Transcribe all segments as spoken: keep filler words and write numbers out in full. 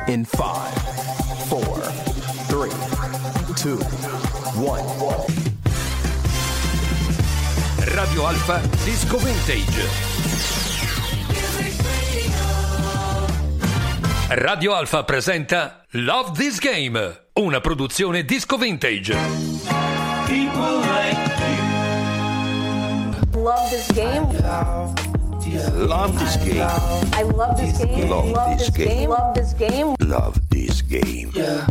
in five, four, three, two, one. Radio Alfa Disco Vintage. Radio Alfa presenta Love This Game, una produzione Disco Vintage. People like you. Love this game. Love this game. I love this game. Love Love this this game. game. Love this game. Love this game. Yeah.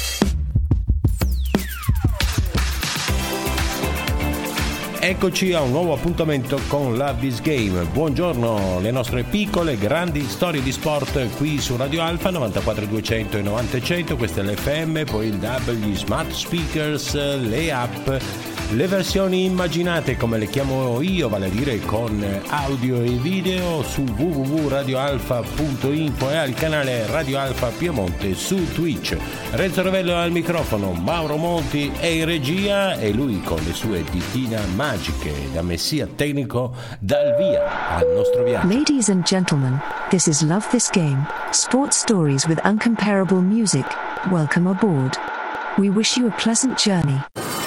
Eccoci a un nuovo appuntamento con Love This Game. Buongiorno, le nostre piccole, grandi storie di sport qui su Radio Alfa novantaquattro duecento e novanta cento. Questa è l'F M, poi il W, gli smart speakers, le app, le versioni immaginate come le chiamo io, vale a dire con audio e video su w w w punto radio alfa punto info e al canale Radio Alfa Piemonte su Twitch. Renzo Revello al microfono, Mauro Monti è in regia e lui con le sue ditine magiche da messia tecnico dà il via al nostro viaggio. Ladies and gentlemen, this is Love This Game, sports stories with uncomparable music. Welcome aboard. We wish you a pleasant journey.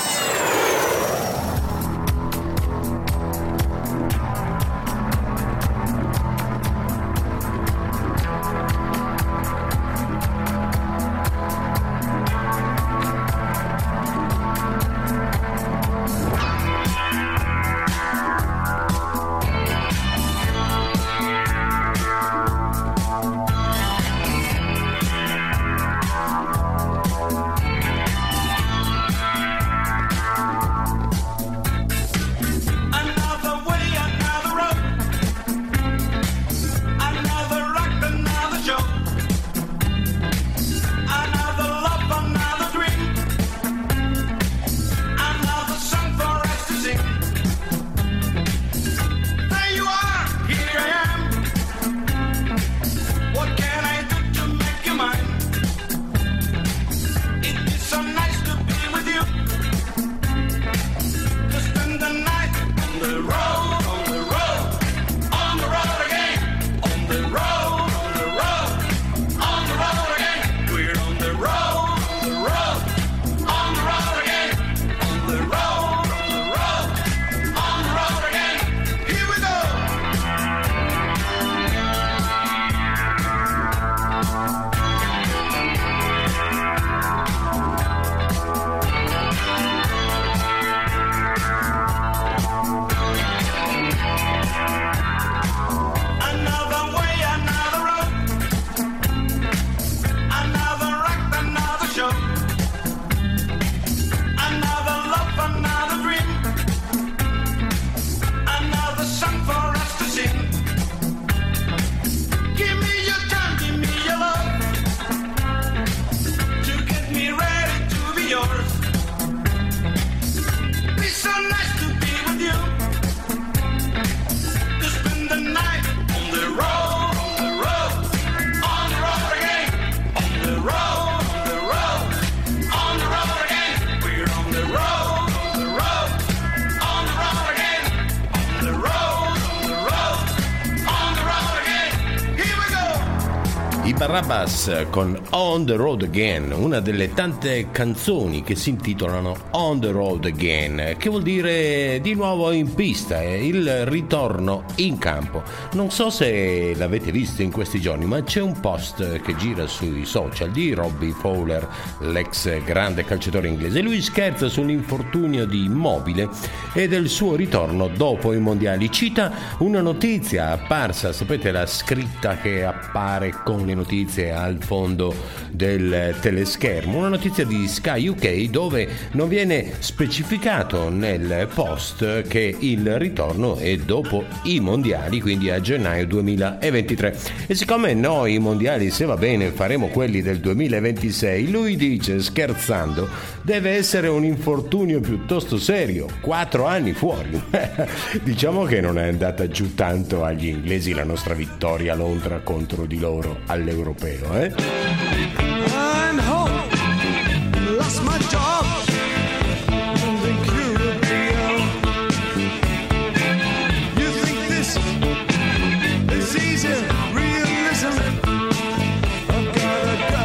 Barabas con On the Road Again, una delle tante canzoni che si intitolano On the Road Again, che vuol dire di nuovo in pista, il ritorno in campo. Non so se l'avete visto in questi giorni, ma c'è un post che gira sui social di Robbie Fowler, l'ex grande calciatore inglese. Lui scherza sull'infortunio di Immobile e del suo ritorno dopo i mondiali. Cita una notizia apparsa, sapete la scritta che appare con le notizie al fondo del teleschermo, una notizia di Sky U K dove non viene specificato nel post che il ritorno è dopo i mondiali, quindi a gennaio duemilaventitré. E siccome noi i mondiali, se va bene, faremo quelli del duemilaventisei, lui dice scherzando deve essere un infortunio piuttosto serio, quattro anni fuori. Diciamo che non è andata giù tanto agli inglesi la nostra vittoria a Londra contro di loro all'europeo, eh? I'm home, lost my job, moving Curio. You think this is easy, realism? I've got a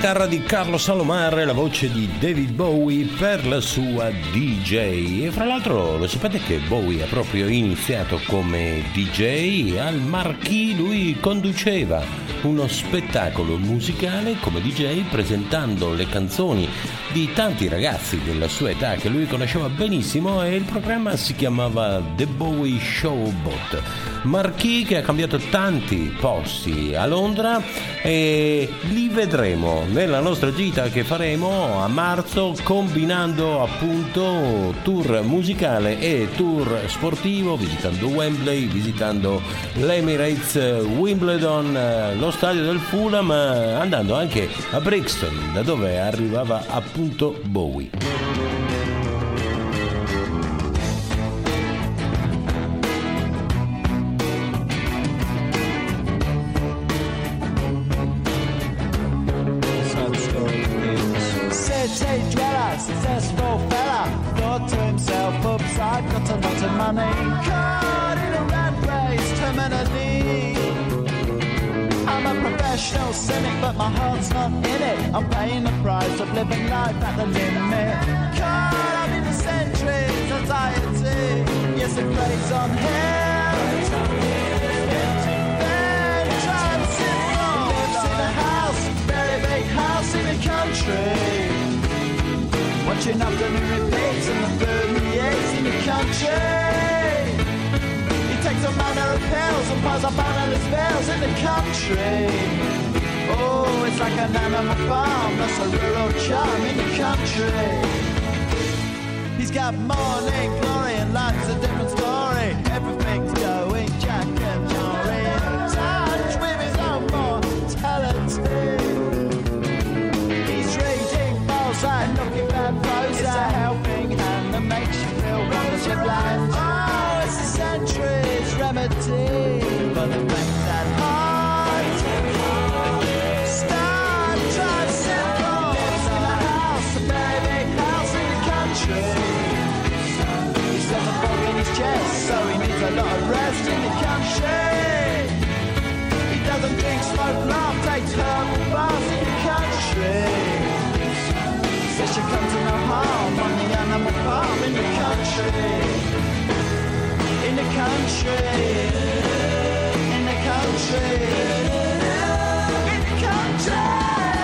chitarra di Carlo Salomar e la voce di David Bowie per la sua D J. E fra l'altro lo sapete che Bowie ha proprio iniziato come D J al Marquis. Lui conduceva uno spettacolo musicale come D J presentando le canzoni di tanti ragazzi della sua età che lui conosceva benissimo, e il programma si chiamava The Bowie Showboat. Marquis che ha cambiato tanti posti a Londra, e li vedremo nella nostra gita che faremo a marzo, combinando appunto tour musicale e tour sportivo, visitando Wembley, visitando l'Emirates, Wimbledon, lo stadio del Fulham, andando anche a Brixton, da dove arrivava appunto Bowie. Successful fella, thought to himself, oops, I've got a lot of money. Caught in a rat race, terminally. I'm a professional cynic, but my heart's not in it. I'm paying the price of living life at the limit. Caught up in the centuries, anxiety. Yes, it plays on him. Then trying to sit on. Lives in a house, very big house in the country. Watching afternoon repeats and the food he eats in the country. He takes a manner of pills and piles up analyst bills in the country. Oh, it's like an animal farm, that's a rural charm in the country. He's got morning glory and life's a different story. Everything's going Jack and Jory, in touch with his own mortality. And looking bad pose, it's a helping hand that makes you feel wonderfully blind. Oh, it's a century's remedy for the fact that heart. Start trying to simple. Lives in a house, a very big house in the country. He's got a bug in his chest, so he needs a lot of rest in the country. He doesn't drink, smoke, laugh, takes herbal baths in the country. Says she comes to no harm on the animal farm in the country. In the country. In the country. In the country.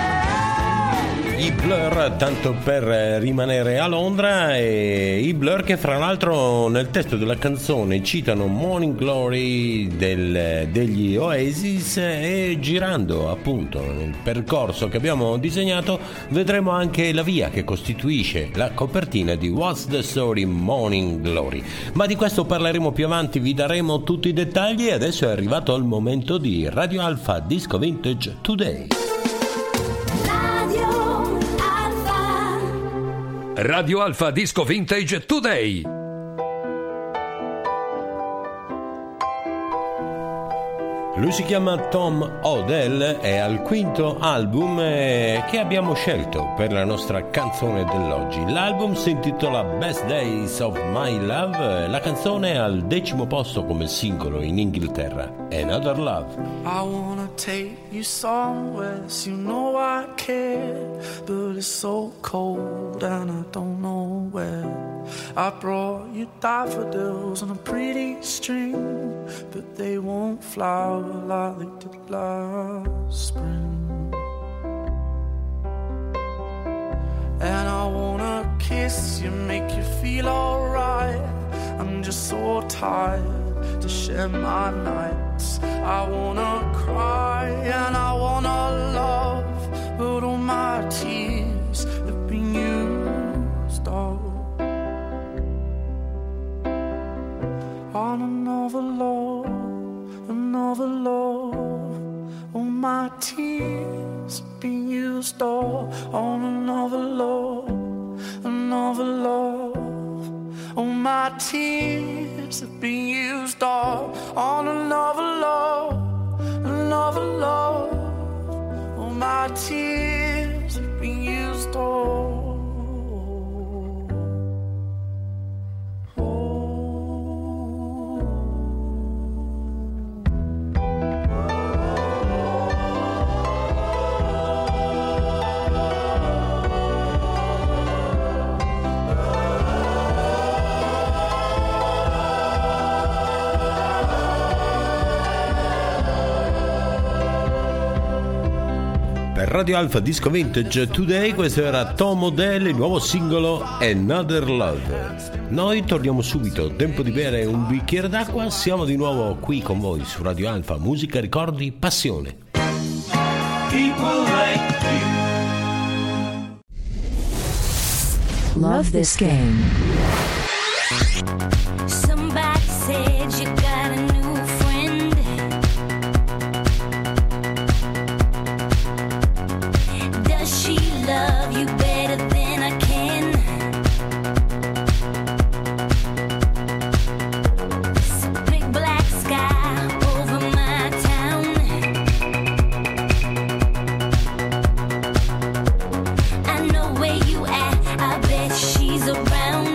I Blur, tanto per rimanere a Londra, e i Blur che fra l'altro nel testo della canzone citano Morning Glory del, degli Oasis, e girando appunto nel percorso che abbiamo disegnato vedremo anche la via che costituisce la copertina di What's the Story Morning Glory. Ma di questo parleremo più avanti, vi daremo tutti i dettagli, e adesso è arrivato il momento di Radio Alfa Disco Vintage Today. Radio Alfa Disco Vintage Today. Lui si chiama Tom Odell, è al quinto album eh, che abbiamo scelto per la nostra canzone dell'oggi. L'album si intitola Best Days of My Love, la canzone è al decimo posto come singolo in Inghilterra. Another Love. I wanna take you somewhere, so you know I care, but it's so cold and I don't know where. I brought you daffodils on a pretty string, but they won't flower like they did last spring. And I wanna kiss you, make you feel alright. I'm just so tired to share my nights. I wanna cry and I wanna love, but all my tears have been used up on another love, another love. All my tears have been used up on another love, another love. All my tears have been used up on another love, another love. All my tears have been used up. Radio Alfa Disco Vintage Today. Questo era Tom Odell, il nuovo singolo Another Love. Noi torniamo subito, tempo di bere un bicchiere d'acqua. Siamo di nuovo qui con voi su Radio Alfa, musica, ricordi, passione. People like you. Love this game. Somebody said you got a new friend. Does she love you better than I can? It's a big black sky over my town. I know where you at, I bet she's around.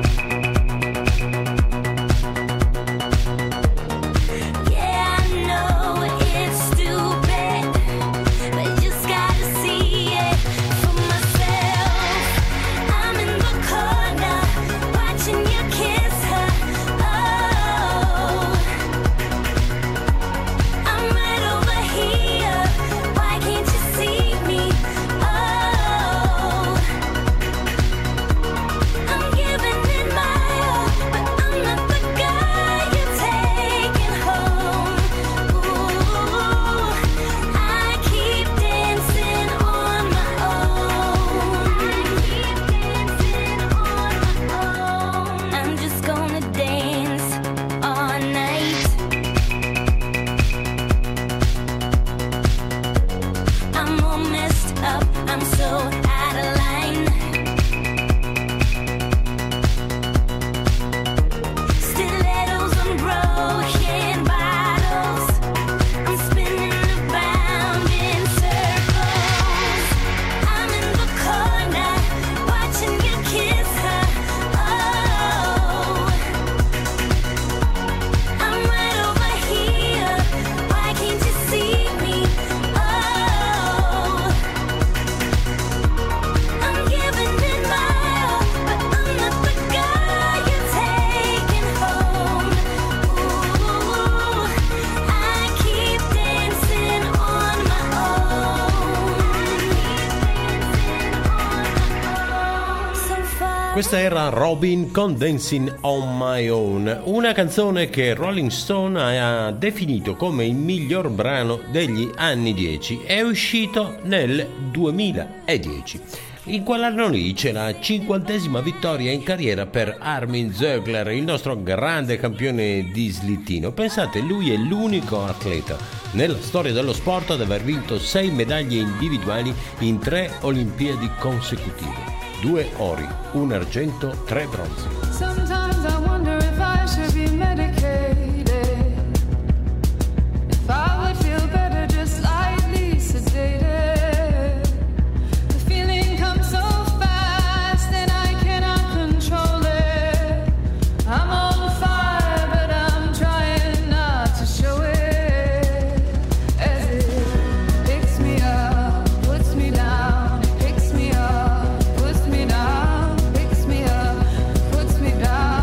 Questa era Robin con Dancing on My Own, una canzone che Rolling Stone ha definito come il miglior brano degli anni dieci. È uscito nel duemiladieci. In quell'anno lì c'è la cinquantesima vittoria in carriera per Armin Ziegler, il nostro grande campione di slittino. Pensate, lui è l'unico atleta nella storia dello sport ad aver vinto sei medaglie individuali in tre Olimpiadi consecutive. Due ori, un argento, tre bronzi. Sometimes I wonder if I should be medicated. If I would feel better just lightly sedated. The feeling comes so fast and I cannot control it. I'm on fire but I'm trying not to show it. As it picks me up, puts me down, it picks me up. Down, picks me up, puts me down.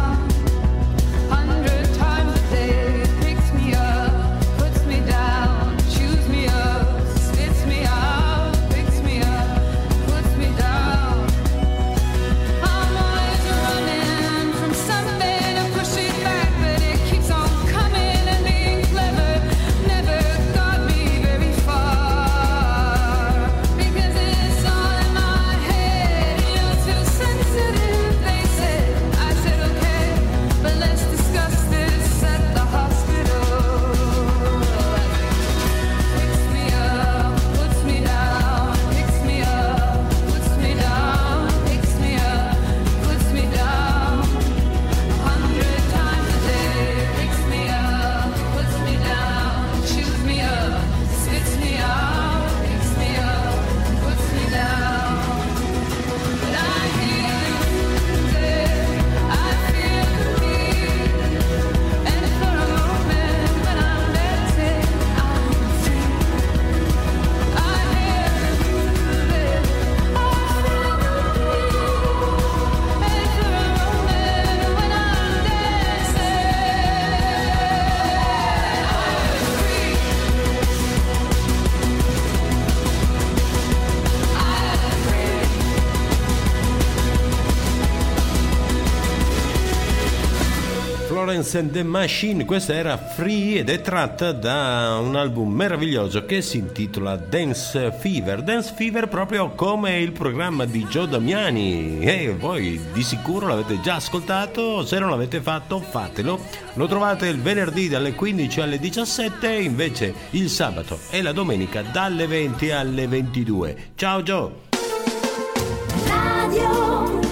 Florence and the Machine. Questa era Free ed è tratta da un album meraviglioso che si intitola Dance Fever. Dance Fever proprio come il programma di Joe Damiani, e voi di sicuro l'avete già ascoltato, se non l'avete fatto fatelo. Lo trovate il venerdì dalle quindici alle diciassette, invece il sabato e la domenica dalle venti alle ventidue. Ciao Joe. Radio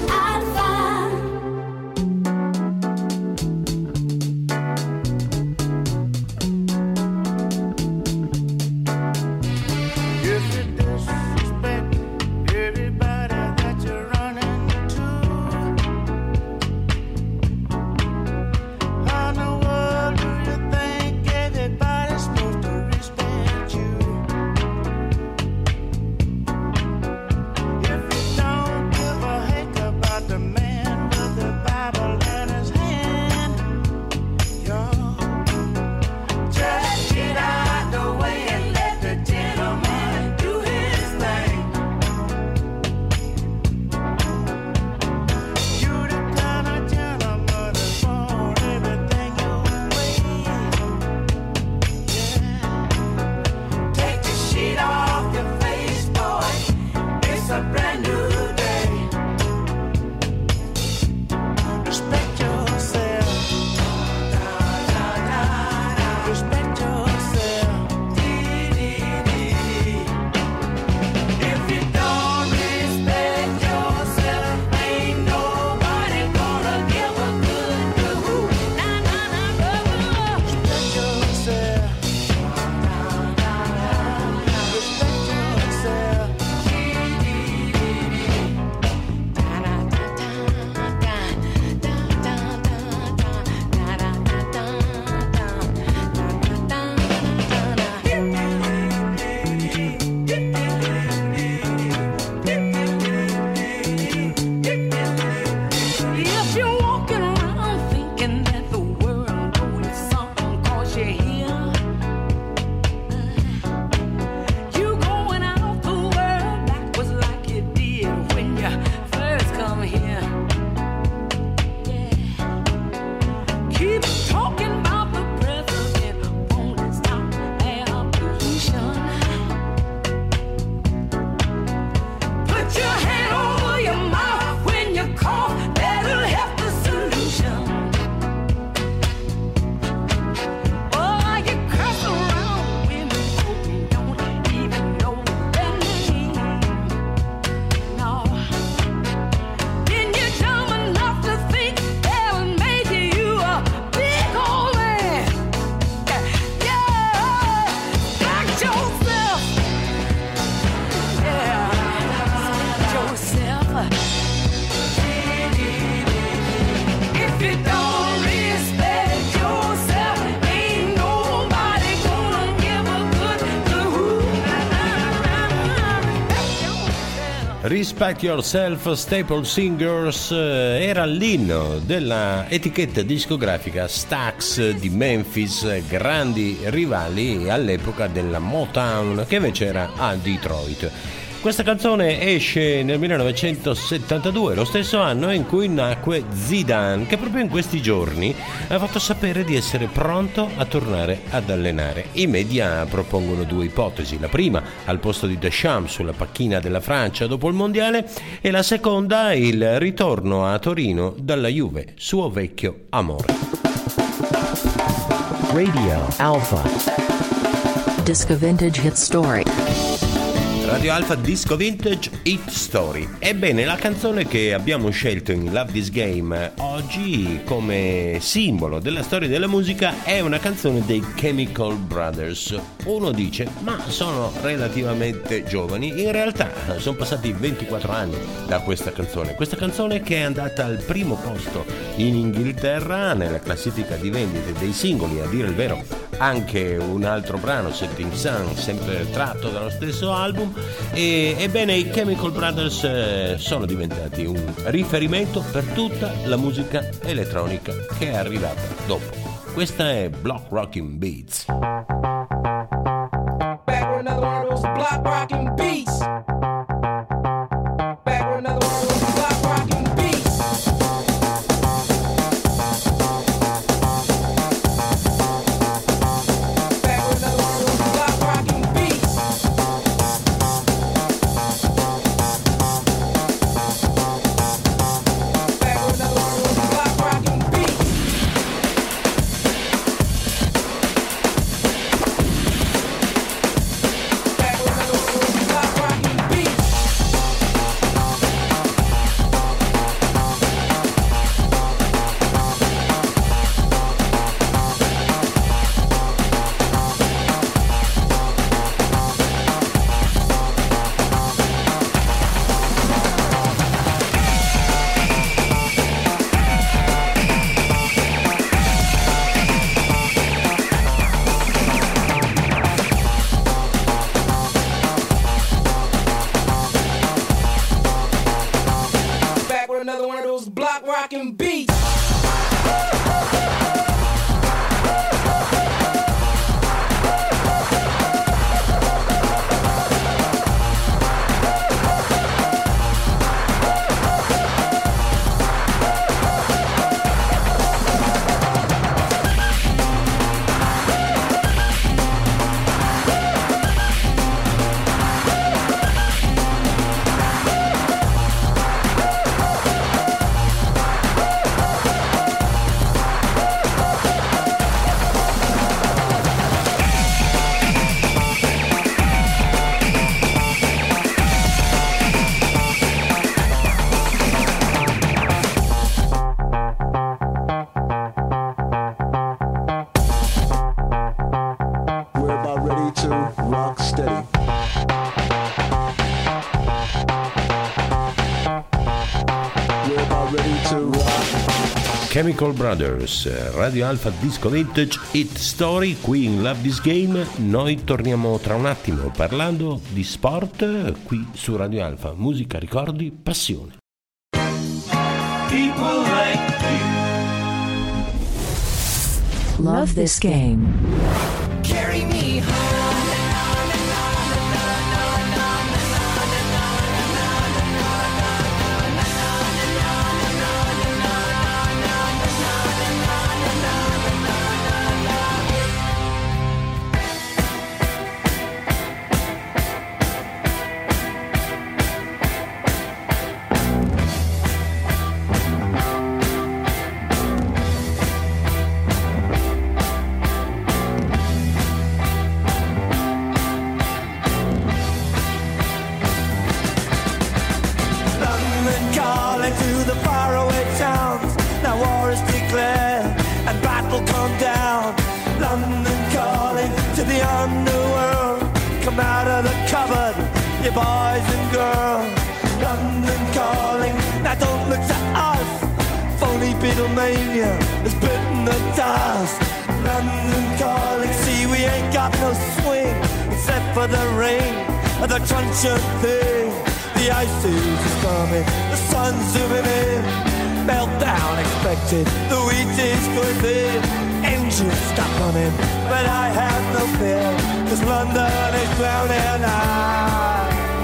Respect Yourself, Staple Singers era l'inno della etichetta discografica Stax di Memphis, grandi rivali all'epoca della Motown, che invece era a Detroit. Questa canzone esce nel millenovecentosettantadue, lo stesso anno in cui nacque Zidane, che proprio in questi giorni ha fatto sapere di essere pronto a tornare ad allenare. I media propongono due ipotesi: la prima, al posto di Deschamps sulla panchina della Francia dopo il mondiale, e la seconda, il ritorno a Torino dalla Juve, suo vecchio amore. Radio Alpha Disco Vintage Hit Story. Radio Alpha Disco Vintage Hit Story. Ebbene, la canzone che abbiamo scelto in Love This Game oggi come simbolo della storia della musica è una canzone dei Chemical Brothers. Uno dice, ma sono relativamente giovani. In realtà sono passati ventiquattro anni da questa canzone. Questa canzone che è andata al primo posto in Inghilterra nella classifica di vendite dei singoli, a dire il vero anche un altro brano, Setting Sun, sempre tratto dallo stesso album. E ebbene, i Chemical Brothers eh, sono diventati un riferimento per tutta la musica elettronica che è arrivata dopo. Questa è Block Rockin' Beats. Back with another one of those block rockin' beats. Back with another one of those block rockin' beats. another one of those block rockin' beats. Chemical Brothers, Radio Alpha Disco Vintage Hit Story, qui in Love This Game. Noi torniamo tra un attimo parlando di sport qui su Radio Alpha. Musica, ricordi, passione. People like you. Love This Game. Carry me home. Boys and girls, London calling. Now don't look to us. Phony Beatlemania has bitten the dust. London calling. See, we ain't got no swing except for the rain and the truncheon thing. The ice age is coming. The sun's zooming in. Meltdown expected. The wheat is going thin. Engines stop running, but I have no fear, 'cause London is drowning. I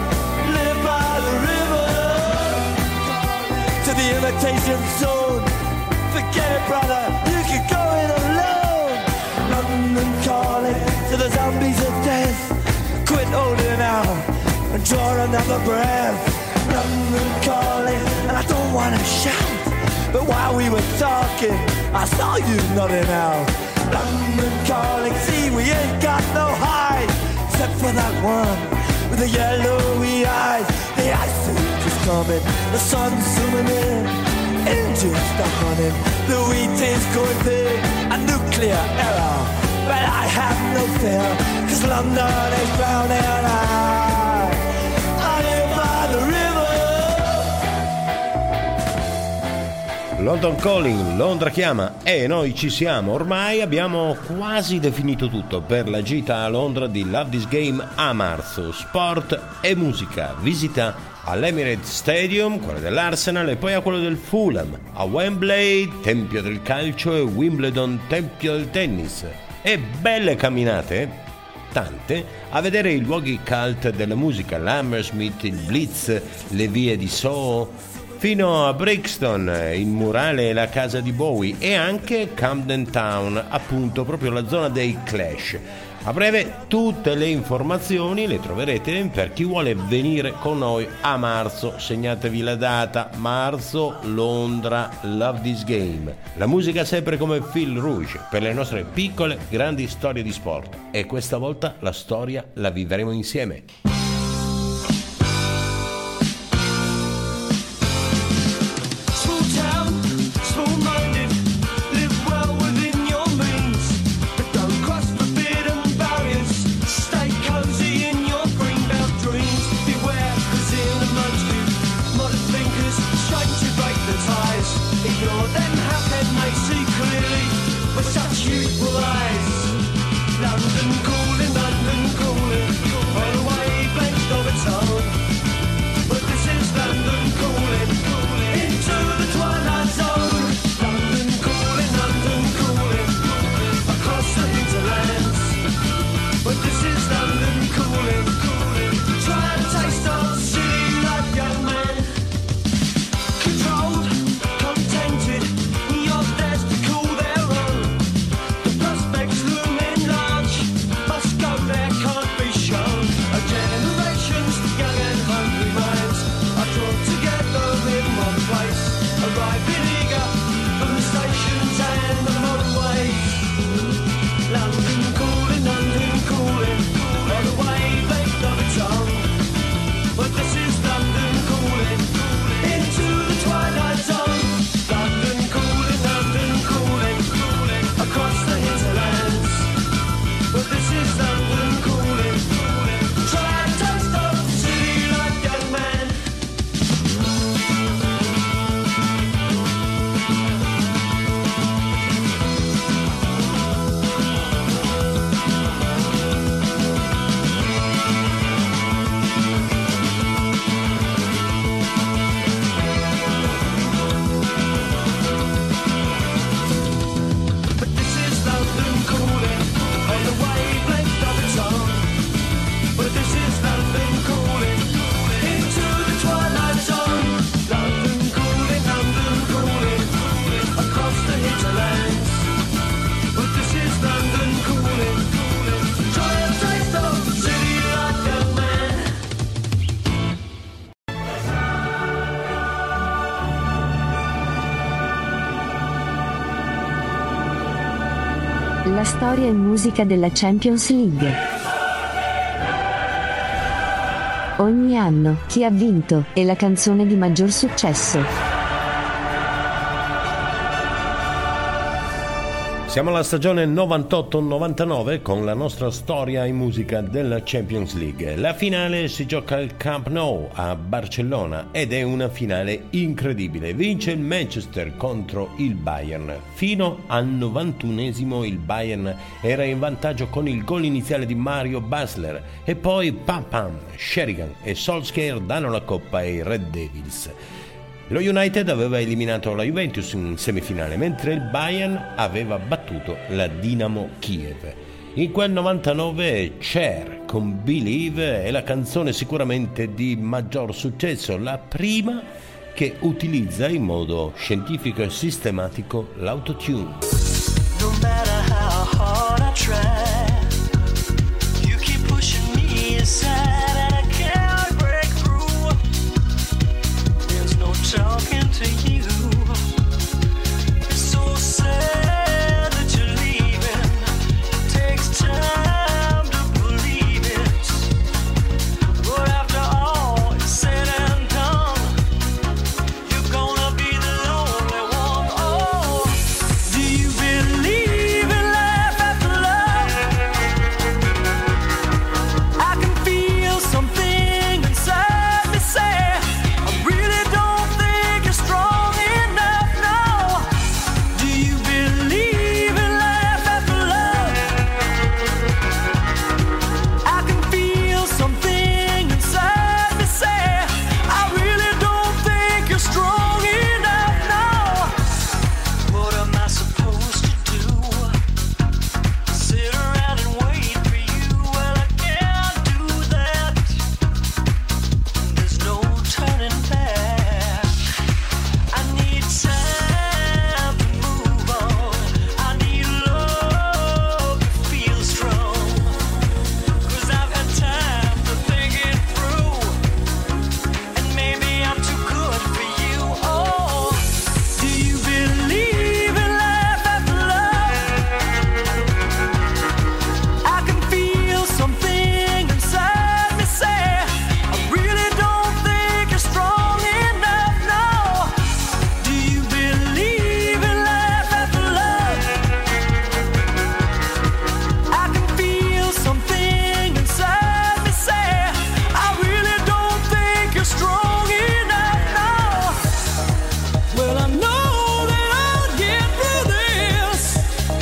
to the imitation zone. Forget it, brother, you can go it alone. London calling to the zombies of death. Quit holding out and draw another breath. London calling, and I don't wanna shout, but while we were talking, I saw you nodding out. London calling, see, we ain't got no hide, except for that one with the yellowy eyes. The ice age is coming, the sun's zooming in, engines stop running, the wheat is going big, a nuclear error, but I have no fear, 'cause London is drowning. I, I live by the river. London Calling, Londra chiama e noi ci siamo. Ormai abbiamo quasi definito tutto per la gita a Londra di Love This Game a marzo. Sport e musica, visita all'Emirates Stadium, quello dell'Arsenal, e poi a quello del Fulham, a Wembley, tempio del calcio, e Wimbledon, tempio del tennis. E belle camminate, tante, a vedere i luoghi cult della musica, l'Hammersmith, il Blitz, le vie di Soho, fino a Brixton, il murale e la casa di Bowie, e anche Camden Town, appunto proprio la zona dei Clash. A breve tutte le informazioni le troverete per chi vuole venire con noi a marzo. Segnatevi la data: marzo, Londra, Love This Game. La musica sempre come fil rouge per le nostre piccole grandi storie di sport, e questa volta la storia la vivremo insieme. London calling, London calling, all the way la storia e musica della Champions League. Ogni anno, chi ha vinto, e la canzone di maggior successo. Siamo alla stagione novantotto novantanove con la nostra storia in musica della Champions League. La finale si gioca al Camp Nou a Barcellona ed è una finale incredibile. Vince il Manchester contro il Bayern. Fino al novantunesimo il Bayern era in vantaggio con il gol iniziale di Mario Basler e poi pam pam, Sheringham e Solskjaer danno la coppa ai Red Devils. Lo United aveva eliminato la Juventus in semifinale, mentre il Bayern aveva battuto la Dinamo Kiev. In quel novantanove Cher con Believe è la canzone sicuramente di maggior successo, la prima che utilizza in modo scientifico e sistematico l'autotune. No matter how hard I try, you keep pushing me aside and I can't break through. There's no talking to you. It's so sad that you're leaving. It takes time to believe it. But after all is said and done, you're gonna be the lonely one. Oh, do you believe in life after love? I can feel something inside me say, I really don't think you're strong enough now. Do you believe in life after love? I can feel something inside me say, I really don't think you're strong enough now. What am I supposed to do? Sit around and wait for you? Well, I can't do that. There's no turning back. I need time to move on. I need love to feel strong. 'Cause I've had time to think it through. And maybe I'm too good for you. Oh, do you believe in life after love? I can feel something inside me say, I really don't think you're strong enough now. Do you believe in life after love? I can feel something inside me say, I really don't think you're strong enough now. Well, I know that I'll get through this,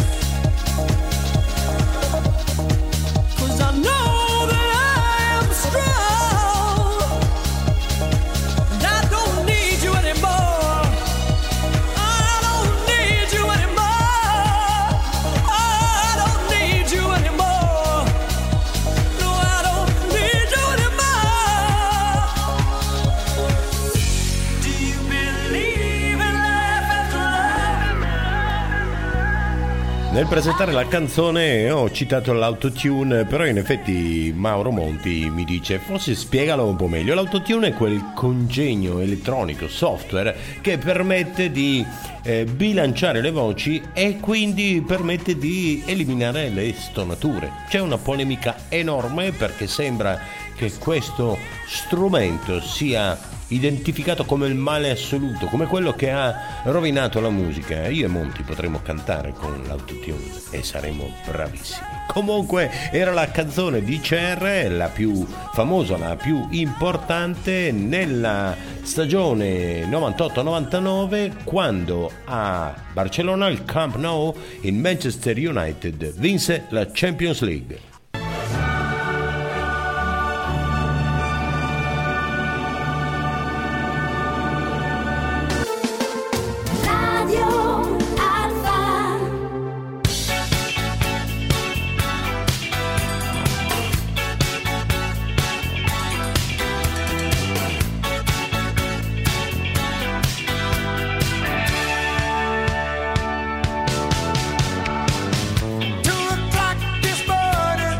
'cause I know that I am strong. And I don't need you anymore. I don't need you anymore. I don't need you anymore. No, I don't need you anymore. Do you believe in life after love? Nel presentare la canzone ho citato l'autotune, però in effetti Mauro Monti mi dice forse spiegalo un po' meglio. L'autotune è quel congegno elettronico, software, che permette di eh, bilanciare le voci e quindi permette di eliminare le stonature. C'è una polemica enorme perché sembra che questo strumento sia identificato come il male assoluto, come quello che ha rovinato la musica. Io e Monti potremmo cantare con l'autotune e saremo bravissimi. Comunque era la canzone di Cher, la più famosa, la più importante nella stagione novantotto novantanove, quando a Barcellona, al Camp Nou, il Manchester United vinse la Champions League. Two o'clock this morning,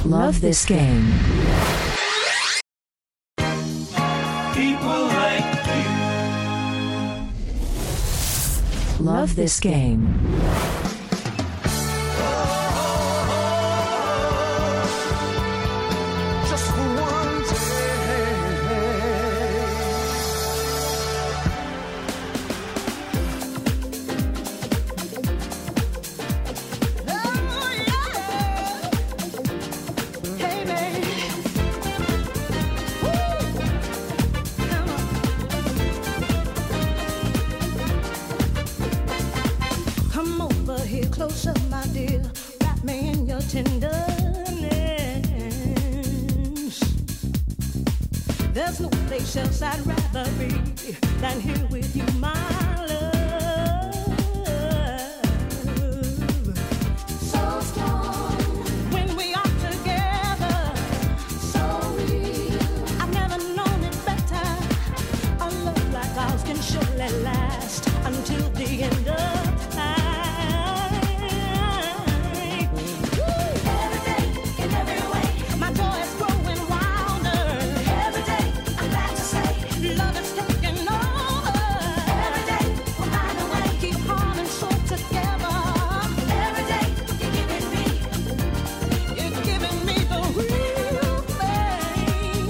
Love this game. People like you. Love this game. Just for one Come over here closer, my dear. Wrap me in your tenderness. There's no place else I'd rather be than here with you, my love. So strong when we are together. So real. I've never known it better. A love like ours can surely last until the end of time. Every day, in every way, my joy is growing wilder. Every day, I'm glad to say, love is taking over. Every day, we'll find a way, keep heart and soul together. Every day, you're giving me, you're giving me the real thing.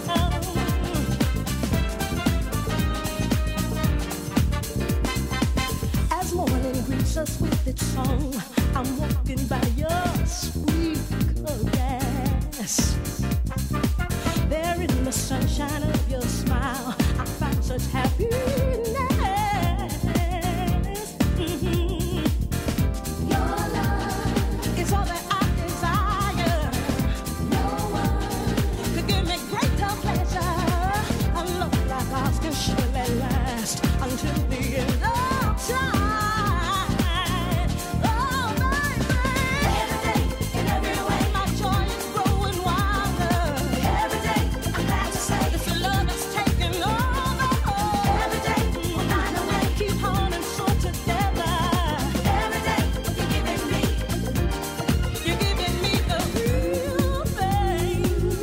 As morning greets us with its song, I'm walking by your sweet caress. There in the sunshine of your smile, I find such happiness. Mhm. Your love is all that I desire. No one could give me greater pleasure. A love like ours can surely last until the end of time. Oh, baby. Every day, in every way, my joy is growing wilder. Every day, I'm glad to say, this love is taking over. Every day, we'll find a way, keep heart and soul together. Every day, you're giving me, you're giving me the real thing,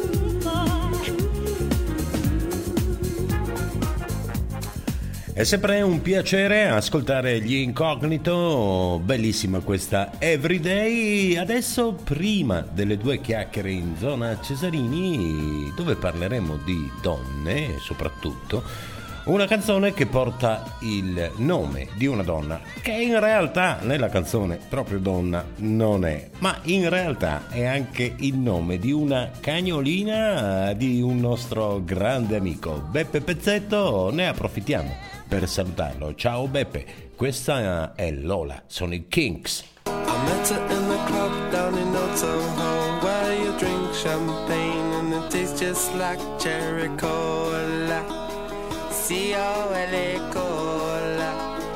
È sempre un piacere ascoltare gli Incognito, bellissima questa Everyday. Adesso, prima delle due chiacchiere in zona Cesarini, dove parleremo di donne soprattutto, una canzone che porta il nome di una donna, che in realtà nella canzone proprio donna non è, ma in realtà è anche il nome di una cagnolina di un nostro grande amico, Beppe Pezzetto. Ne approfittiamo per salutarlo. Ciao Beppe, questa è Lola, sono i Kinks. I met her in the club down in Old Soho, where you drink champagne and it tastes just like cherry cola. C O L A cola.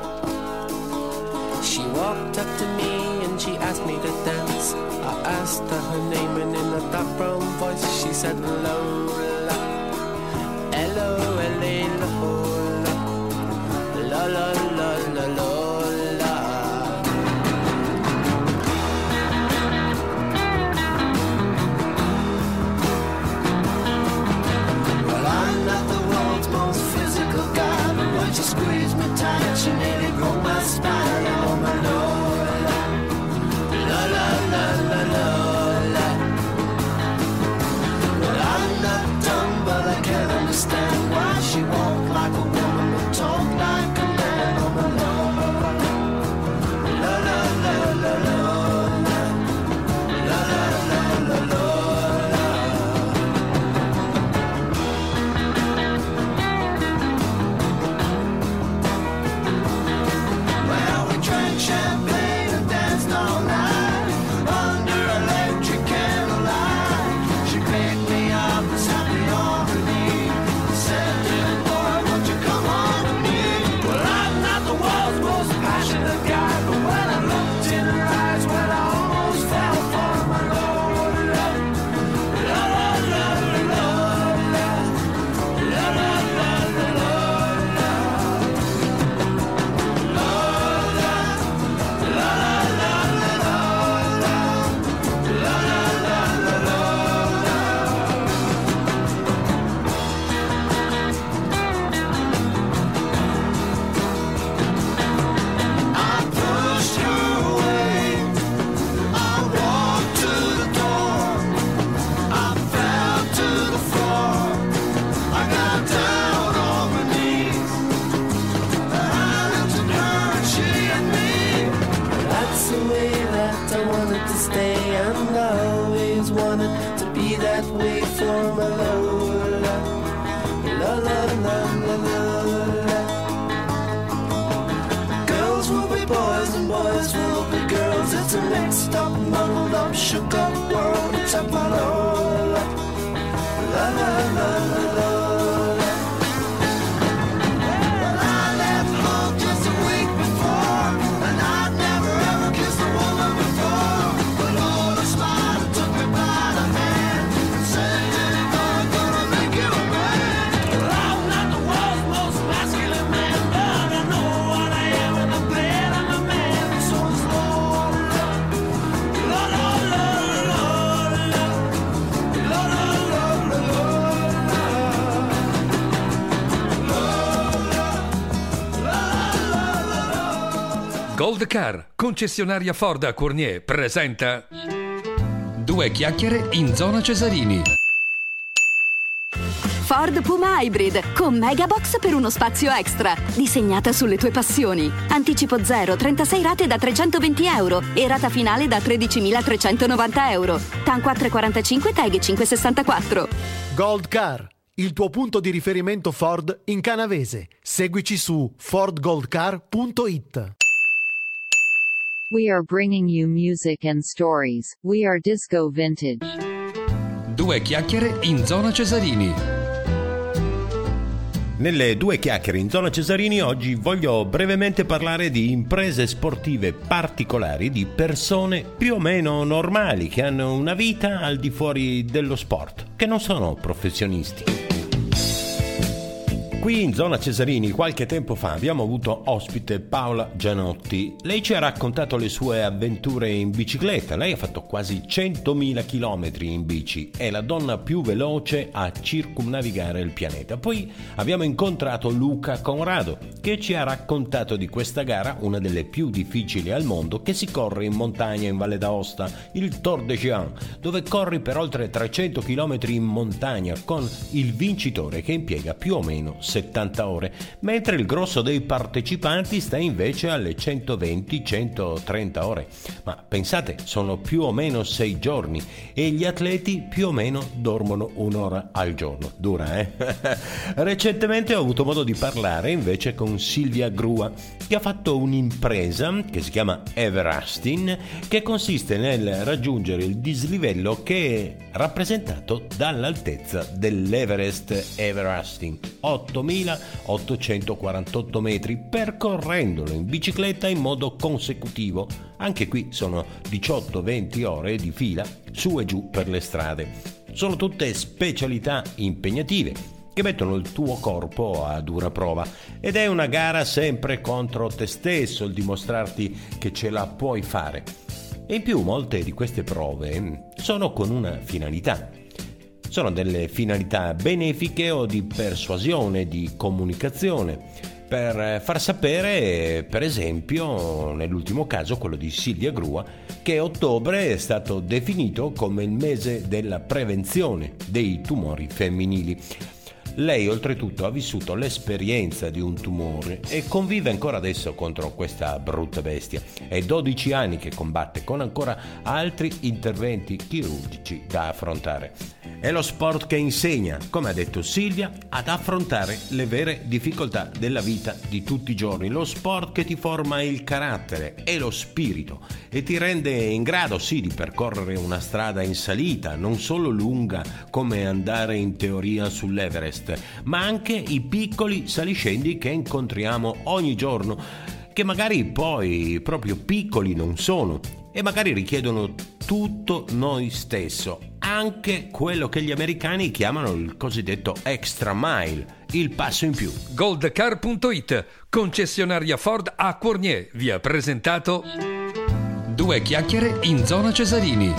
She walked up to me and she asked me to dance. I asked her her name and in a dark brown voice she said Lola. L O L A Lola. La la la la Lola. Well, I'm not the world's most physical guy, but when she squeezed me tight, she nearly broke my spine. Oh, my Lola, la la la la Lola. Well, I'm not dumb, but I can't understand why she won't stay, and I always wanted to be that way for my Lola. La la la la la la. Girls will be boys and boys will be girls. It's a mixed up, muddled up, shook up world. Except my Lola. La la la la la. Gold Car, concessionaria Ford a Cournier, presenta Due chiacchiere in zona Cesarini. Ford Puma Hybrid con Megabox per uno spazio extra. Disegnata sulle tue passioni. Anticipo zero, trentasei rate da trecentoventi euro e rata finale da tredicimilatrecentonovanta euro. T A N quattro virgola quarantacinque, Tag cinque virgola sessantaquattro. Gold Car, il tuo punto di riferimento Ford in Canavese. Seguici su ford gold car punto it. We are bringing you music and stories. We are Disco Vintage. Due chiacchiere in zona Cesarini. Nelle due chiacchiere in zona Cesarini oggi voglio brevemente parlare di imprese sportive particolari, di persone più o meno normali che hanno una vita al di fuori dello sport, che non sono professionisti. Qui in zona Cesarini qualche tempo fa abbiamo avuto ospite Paola Gianotti. Lei ci ha raccontato le sue avventure in bicicletta. Lei ha fatto quasi centomila chilometri in bici, è la donna più veloce a circumnavigare il pianeta. Poi abbiamo incontrato Luca Conrado, che ci ha raccontato di questa gara, una delle più difficili al mondo, che si corre in montagna in Valle d'Aosta, il Tour de Géant, dove corri per oltre trecento chilometri in montagna con il vincitore che impiega più o meno settanta ore, mentre il grosso dei partecipanti sta invece alle centoventi centotrenta ore. Ma pensate, sono più o meno sei giorni e gli atleti più o meno dormono un'ora al giorno. Dura, eh? Recentemente ho avuto modo di parlare invece con Silvia Grua, che ha fatto un'impresa che si chiama Everesting, che consiste nel raggiungere il dislivello che è rappresentato dall'altezza dell'Everest Everesting, ottomilaottocentoquarantotto metri, percorrendolo in bicicletta in modo consecutivo. Anche qui sono diciotto venti ore di fila su e giù per le strade. Sono tutte specialità impegnative che mettono il tuo corpo a dura prova, ed è una gara sempre contro te stesso, il dimostrarti che ce la puoi fare. E in più molte di queste prove sono con una finalità. Sono delle finalità benefiche o di persuasione, di comunicazione, per far sapere, per esempio, nell'ultimo caso, quello di Silvia Grua, che ottobre è stato definito come il mese della prevenzione dei tumori femminili. Lei oltretutto ha vissuto l'esperienza di un tumore e convive ancora adesso contro questa brutta bestia. È dodici anni che combatte con ancora altri interventi chirurgici da affrontare. È lo sport che insegna, come ha detto Silvia, ad affrontare le vere difficoltà della vita di tutti i giorni. Lo sport che ti forma il carattere e lo spirito e ti rende in grado, sì, di percorrere una strada in salita, non solo lunga come andare in teoria sull'Everest, ma anche i piccoli saliscendi che incontriamo ogni giorno, che magari poi proprio piccoli non sono e magari richiedono tutto noi stesso, anche quello che gli americani chiamano il cosiddetto extra mile, il passo in più. gold car punto it, concessionaria Ford a Cournier, vi ha presentato Due chiacchiere in zona Cesarini.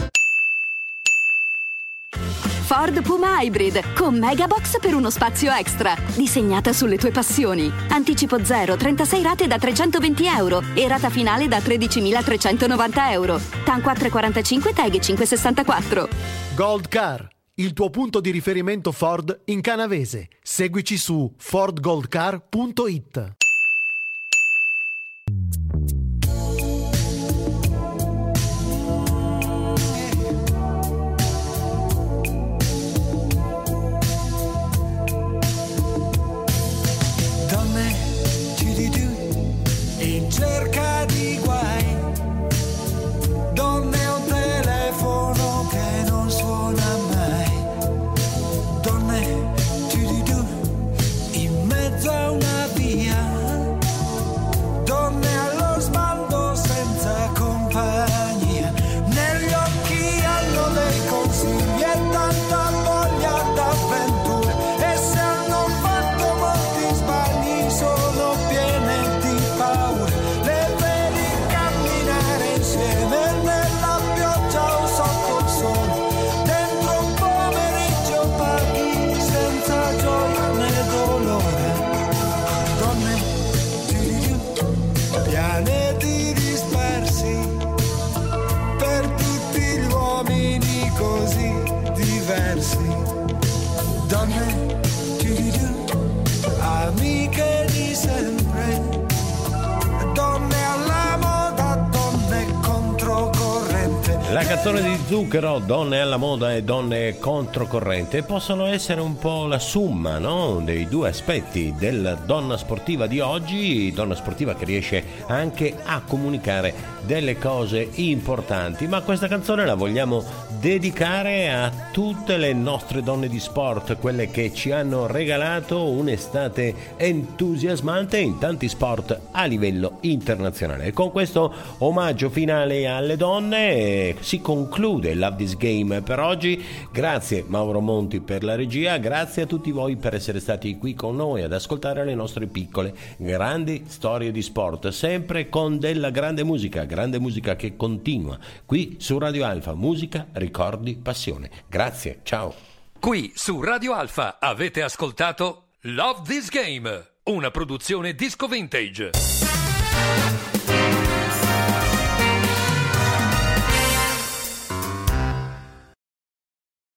Ford Puma Hybrid con Megabox per uno spazio extra. Disegnata sulle tue passioni. Anticipo zero, trentasei rate da trecentoventi euro e rata finale da tredicimilatrecentonovanta euro. T A N quattro virgola quarantacinque, Tag cinque virgola sessantaquattro. Gold Car, il tuo punto di riferimento Ford in Canavese. Seguici su ford gold car punto it. così. Donne, tu, amiche di sempre, donne alla moda, donne controcorrente. La canzone di Zucchero, donne alla moda e donne controcorrente, possono essere un po' la summa, no? Dei due aspetti della donna sportiva di oggi, donna sportiva che riesce anche a comunicare delle cose importanti. Ma questa canzone la vogliamo dedicare a tutte le nostre donne di sport, quelle che ci hanno regalato un'estate entusiasmante in tanti sport a livello internazionale. E con questo omaggio finale alle donne si conclude Love This Game per oggi. Grazie Mauro Monti per la regia, grazie a tutti voi per essere stati qui con noi ad ascoltare le nostre piccole grandi storie di sport, sempre con della grande musica, grande musica che continua qui su Radio Alfa. Musica, ricordi, passione. Grazie, ciao. Qui su Radio Alfa avete ascoltato Love This Game, una produzione Disco Vintage.